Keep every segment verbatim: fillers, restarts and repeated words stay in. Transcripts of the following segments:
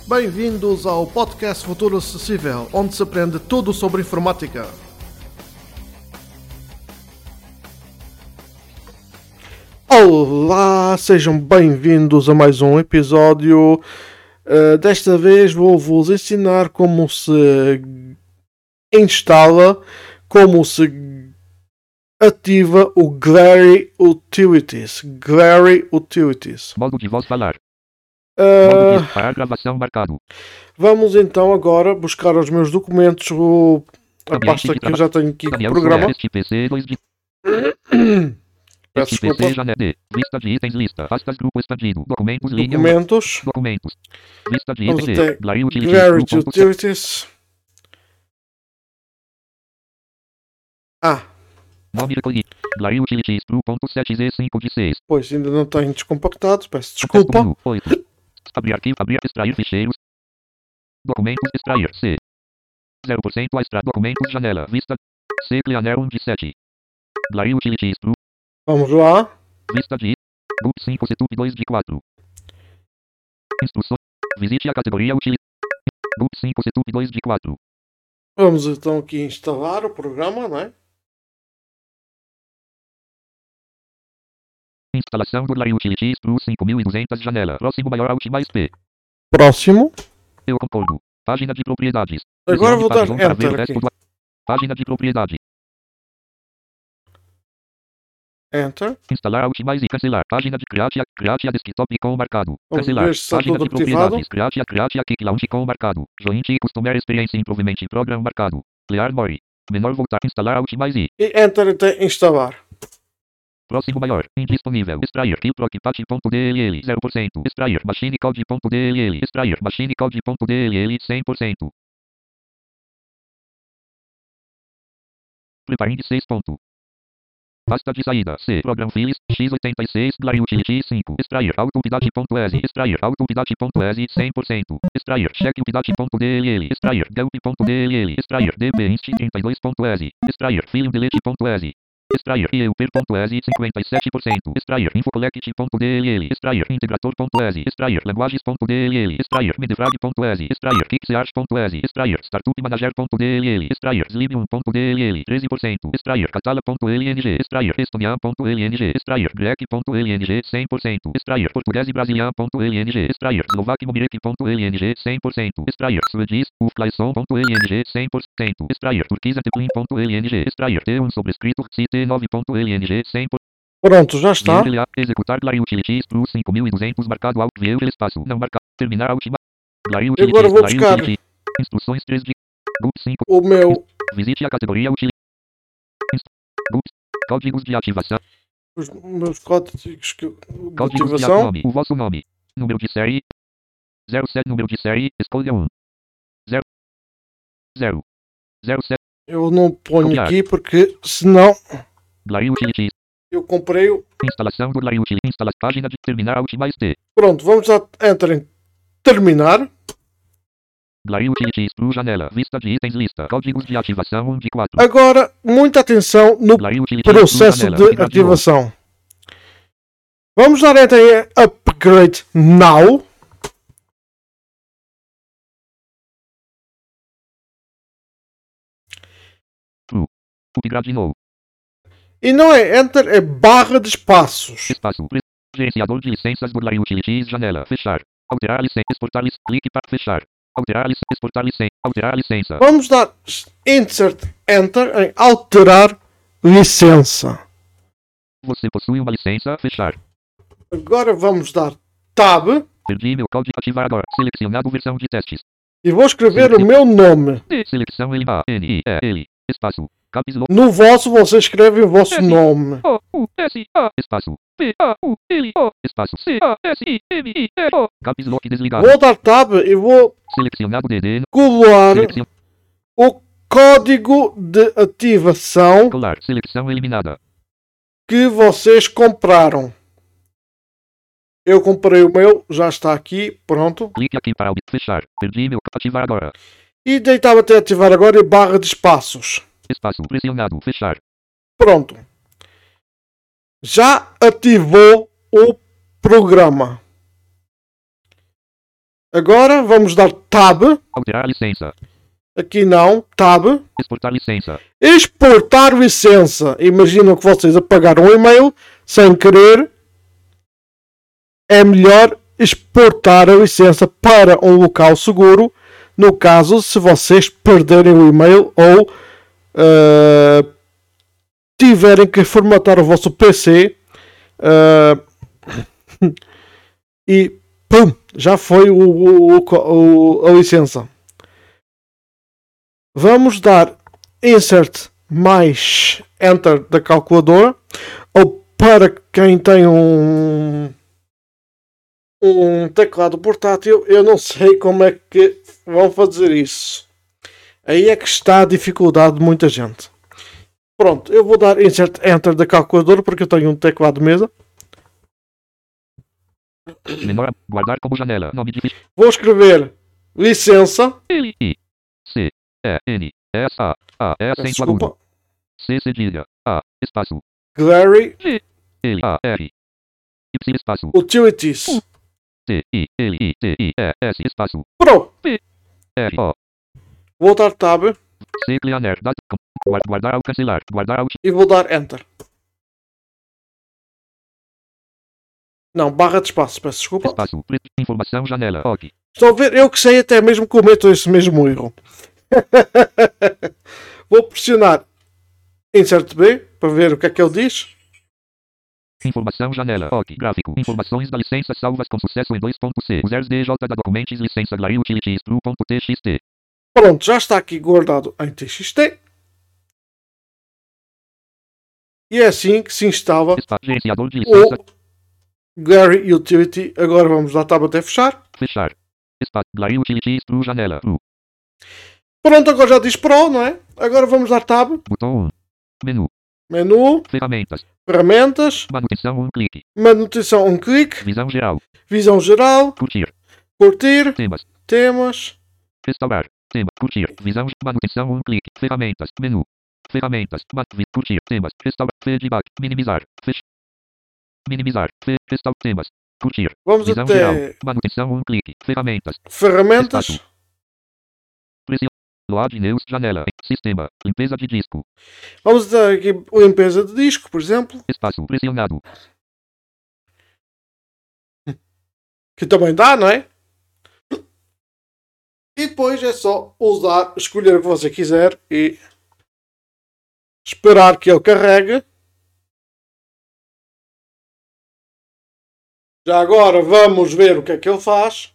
Bem-vindos ao podcast Futuro Acessível, onde se aprende tudo sobre informática. Olá, sejam bem-vindos a mais um episódio. Uh, desta vez vou-vos ensinar como se instala, como se ativa o Glary Utilities. Glary Utilities. Modo de voz falar. Uh, Modo de disparar, gravação marcado. Vamos então agora buscar os meus documentos, o, a Ambiente pasta de que eu já tenho aqui com o Daniel programa. Soler, este P C dois de Peço este P C desculpa. janela D. Vista de itens, lista. Pastas, grupo expandido. Documentos, linha. Documentos. Documentos. Vista de Vamos itens até D. Glary Utilities. Glary Blue ponto Utilities. Ah, Nome recolhido. Glary Utilities Blue ponto sete Z cinco de seis. pois ainda não tenho descompactado, peço desculpa. Menu, oito. Abrir arquivo, abrir, extrair ficheiros. Documentos, extrair, C. zero por cento a extrair documentos, janela, vista. C, Cleaner um de sete. Glary Utilities Blue, Vamos lá. vista de Boot cinco, Setup dois de quatro. Instruções. Visite a categoria Utilities. Boot cinco, Setup dois de quatro. Vamos então aqui instalar o programa, não é? Instalação do Glary Utilities Blue cinco mil e duzentos, janela. Próximo maior Alt mais P. Próximo. Eu concordo. Página de propriedades. Agora Pressione vou página dar um para ver Enter o resto aqui. do- Página de propriedade. Enter. Instalar Alt mais e cancelar. Página de Create a, Create a Desktop com marcado. Vamos Cancelar. ver se está Página tudo de ativado. propriedades. Create a, Create a Kick Launch com marcado. Joint e Customer Experience Improvement Program marcado. Clear More. Menor voltar. Instalar Alt mais I. E Enter até instalar. Próximo maior. Indisponível. Extrair. Killproc.dll zero por cento. Extrair. Machinecode.dll. Extrair. Machinecode.dll cem por cento. Preparing seis ponto. Pasta de saída. C. Program Files. x oitenta e seis. Glary Utilities cinco. Extrair. Autoupdate.exe. Extrair. Autoupdate.exe cem por cento. Extrair. Checkupdate.dll. Extrair. Delp.dll. Extrair. dbinst trinta e dois ponto exe. Extrair. Filmdelete.exe. Extrair. ieuper.exe cinquenta e sete por cento. Extrair. Infocollect.dll. Extrair. Integrator.exe. Extrair. Languages.dll. Extrair. Medefrag.exe. Extrair. Kicksearch.exe. Extrair. Startupmanager.dll. Extrair. Zlibium.dll treze por cento. Extrair. Catala.lng. Extrair. Estonian.lng. Extrair. Grec.lng cem por cento. Extrair. Português e Brasilian.lng. Extrair. Slovakmomirek.lng cem por cento. Extrair. Swedish. Uflaison.lng cem por cento. Extrair. Turquisa.lng. Extrair. T um sobrescrito. C T nove ponto L N G cem por cento. Pronto, já está. Executar Glary Utilities Plus cinco mil e duzentos marcado Alt View espaço não marcado. Terminar Alt Glary E agora Utilities. vou Glary buscar Utilities. Instruções três de Boot cinco. o meu, Visite a categoria Utilities. Boot. Códigos de ativação. os meus códigos que- de Códigos de ativação. nome. O vosso nome. Número de série. zero sete. Número de série. Escolha um. zero. zero. zero sete. Eu não ponho Copiar. aqui porque senão Glary Utilities. eu comprei o... Instalação do Glary Utilities. Instala página de terminar Alt mais T. Pronto, vamos dar Enter em terminar. Glary Utilities Plus janela. Vista de itens lista. Códigos de ativação um de quatro. Agora, muita atenção no Glary Utilities Plus processo janela. de Ativar de novo. ativação. Vamos dar Enter em Upgrade Now. True. Upgrade no. E não é Enter, é barra de espaços. Espaço. Pre- Gerenciador de licenças do Glary Utilities janela. Fechar. Alterar a licença. Exportar licença. Clique para fechar. Alterar a licença. Exportar licença. Alterar a licença. Vamos dar Insert Enter em alterar licença. Você possui uma licença. Fechar. Agora vamos dar Tab Perdi meu código. Ativar agora. Selecionado versão de testes. e vou escrever o meu nome. D. Seleção L A N I E L. Espaço. Caps Lock. No vosso, você escreve o vosso nome. O U S A. Espaço. P A U L O. Espaço. C A S I M I E O. Caps Lock desligado. Vou dar Tab e vou Selecionado D D. colar Selecion. o código de ativação Colar. Seleção eliminada. que vocês compraram. Eu comprei o meu, já está aqui, pronto. Clique aqui para fechar. Perdi meu. Ativar agora. E deitava até ativar agora e barra de espaços. Espaço pressionado. Fechar. Pronto. Já ativou o programa. Agora vamos dar Tab. Alterar licença. Aqui não. Tab. Exportar licença. Exportar licença. Imaginam que vocês apagaram um e-mail sem querer. É melhor exportar a licença para um local seguro. No caso, se vocês perderem o e-mail ou uh, tiverem que formatar o vosso P C uh, e pum, já foi o, o, o, a licença. Vamos dar Insert mais Enter da calculadora, ou para quem tem um um teclado portátil, eu não sei como é que vão fazer isso. Aí é que está a dificuldade de muita gente. Pronto, eu vou dar Insert Enter da calculadora porque eu tenho um teclado de mesa. Menor, guardar como janela. Nome de ficha. Vou escrever licença. L I C E N S A A S acento agudo. Desculpa. C cedilha A espaço Glary G L A R Y espaço Utilities. T I L I T I E S espaço Pronto. P R O. Vou dar Tab C cleaner. Dat- com- guard- Guardar ao cancelar. Guardar ao. e vou dar Enter. Não, barra de espaço, peço desculpa. Espaço. Pre- Informação janela. Ok. Estão a ver? Eu que sei até mesmo cometo esse mesmo erro. Vou pressionar Insert B para ver o que é que ele diz. Informação janela. Ok. Gráfico. Informações da licença salvas com sucesso em dois ponto C. Users D J da Documents licença Glary Utilities True.txt. Pronto, já está aqui guardado em T X T. E é assim que se instala Espaço. Gerenciador de licença. o Glary Utility. Agora vamos dar Tab até fechar. Fechar. Espaço. Glary Utilities True janela. True. Pronto, agora já diz Pro, não é? Agora vamos dar Tab. Botão um. Menu. Menu. Ferramentas. Ferramentas. Manutenção um clique. Manutenção um clique. Visão geral. Visão geral. Curtir. Curtir. Temas. Temas. Restaurar. Tema. Curtir. Visão. Manutenção um clique. Ferramentas. Menu. Ferramentas. Mat. vi- Curtir. Temas. Restaurar. Feedback. Minimizar. Fech. Minimizar. Fe. Restaurar. Temas. Curtir. Vamos Visão até geral. Manutenção um clique. Ferramentas. ferramentas. Espaço. Pressão. Load News. Janela. Sistema. Limpeza de disco. Vamos dar aqui limpeza de disco, por exemplo. Espaço. Pressionado. Que também dá, não é? E depois é só usar, escolher o que você quiser e esperar que ele carregue. Já agora vamos ver o que é que ele faz.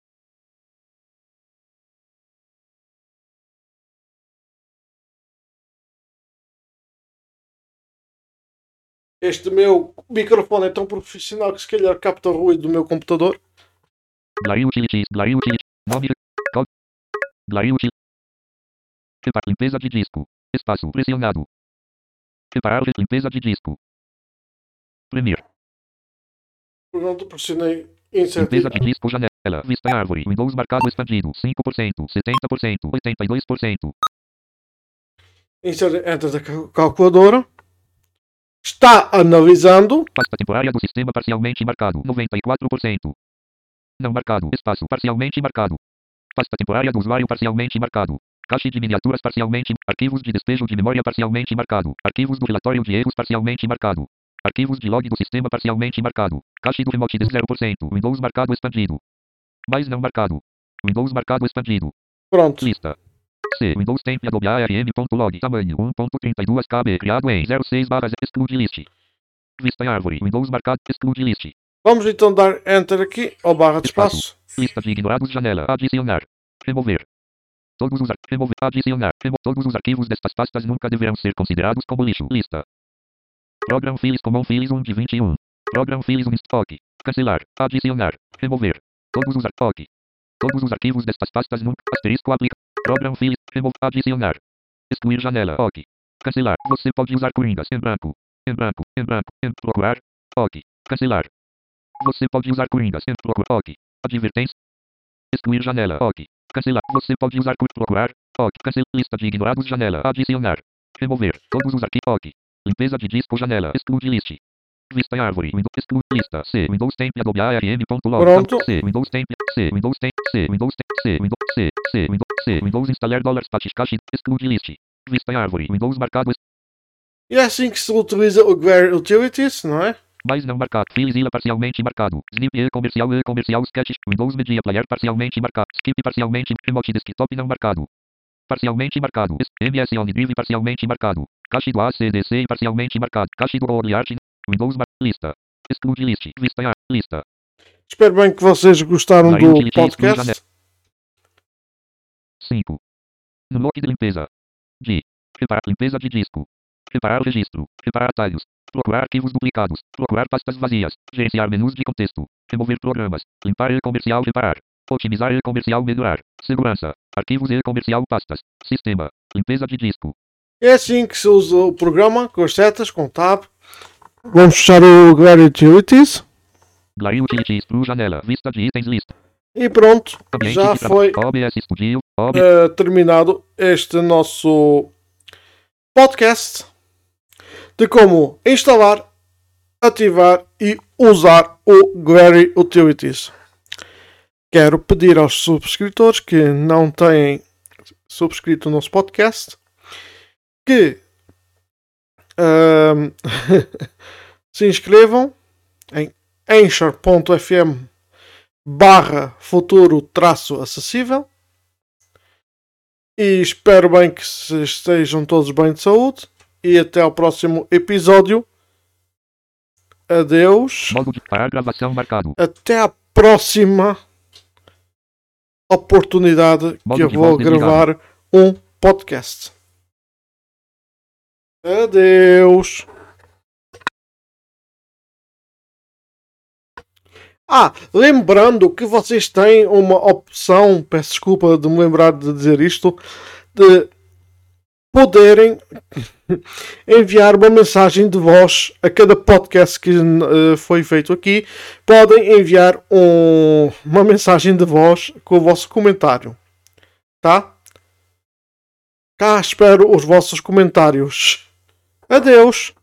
Este meu microfone é tão profissional que se calhar capta o ruído do meu computador. Glary Utilities. Glary Utilities. Nome. Code. Glary Utilities. Repar. Limpeza de disco. Espaço. Pressionado. Reparar. Limpeza de disco. Premiere. Pronto, pressionei Insert. Limpeza de disco janela. Vista em árvore. Windows marcado expandido. cinco por cento. setenta por cento. oitenta e dois por cento. Insert Enter da cal- calculadora. Está analisando. Pasta temporária do sistema parcialmente marcado. noventa e quatro por cento. Não marcado. Espaço. Parcialmente marcado. Pasta temporária do usuário parcialmente marcado. Caixa de miniaturas parcialmente. Arquivos de despejo de memória parcialmente marcado. Arquivos do relatório de erros parcialmente marcado. Arquivos de log do sistema parcialmente marcado. Caixa do remote de zero por cento. Windows marcado expandido. Mais não marcado. Windows marcado expandido. Pronto. Lista. C. Windows Temp Adobe arm.log. Tamanho um ponto trinta e dois kilobytes. Criado em zero seis barra exclude list. Vista em árvore. Windows marcado. Exclude list. Vamos então dar Enter aqui, ou barra de espaço. Lista de ignorados. Janela. Adicionar. Remover. Todos os ar... Remover. Adicionar. Remo... Todos os arquivos destas pastas nunca deverão ser considerados como lixo. Lista. Program Files Common Files um de vinte e um. Program Files um Ok. Cancelar. Adicionar. Remover. Todos os ar... Ok. Todos os arquivos destas pastas nunca... Asterisco aplica. Program Files. Remover. Adicionar. Excluir janela. Ok. Cancelar. Você pode usar coringas em branco. Em branco. Em branco. Em procurar. Ok. Cancelar. Você pode usar coringas em procurar. Ok. Advertência. Excluir janela. Ok. Cancelar. Você pode usar cur... procurar. Ok. Cancelar. Lista de ignorados. Janela. Adicionar. Remover. Todos os arquivos. Ok. Limpeza de disco. Janela. Exclude list. Vista em árvore. Windows exclude lista. C. Windows temp Adobe arm.log. Pronto. C. Windows temp. C. Windows temp. C. Windows temp. C. Windows C. C. Windows C. Windows instalar dólares patch caixa. Exclude list. Vista em árvore. Windows marcado. E é assim que se utiliza o Query Utilities, não é? Mais não marcado. FileZilla parcialmente marcado. Snip E comercial E comercial sketch. Windows Media Player parcialmente marcado. Skip parcialmente. Remote desktop não marcado. Parcialmente marcado. M S OnDrive parcialmente marcado. Cache do A C D C parcialmente marcado. Cache do OnArt. Windows mar... lista. Exclude list. Vista em ar. Lista. Espero bem que vocês gostaram Query do Utilities plus podcast. cinco. No bloco de limpeza. De. Preparar limpeza de disco. Preparar registro. Preparar atalhos. Procurar arquivos duplicados. Procurar pastas vazias. Gerenciar menus de contexto. Remover programas. Limpar e-comercial reparar. Otimizar e-comercial melhorar. Segurança. Arquivos e-comercial pastas. Sistema. Limpeza de disco. É assim que se usa o programa, com as setas, com o tab. Vamos fechar o Query Utilities. Query Utilities plus janela. Vista de itens lista. E pronto, Ambiente já de foi trabalho. O B S Studio. O B... eh, terminado este nosso podcast de como instalar, ativar e usar o Query Utilities. Quero pedir aos subscritores que não têm subscrito o nosso podcast que ehm, se inscrevam em anchor.fm barra futuro traço acessível e espero bem que estejam todos bem de saúde e até ao próximo episódio. Adeus. Modo de parar gravação marcado. Até à próxima oportunidade Modo que eu de vou voz desligado. gravar um podcast. Adeus. Ah, lembrando que vocês têm uma opção, peço desculpa de me lembrar de dizer isto, de poderem enviar uma mensagem de voz a cada podcast que uh, foi feito aqui. Podem enviar um, uma mensagem de voz com o vosso comentário. Tá? Cá espero os vossos comentários. Adeus.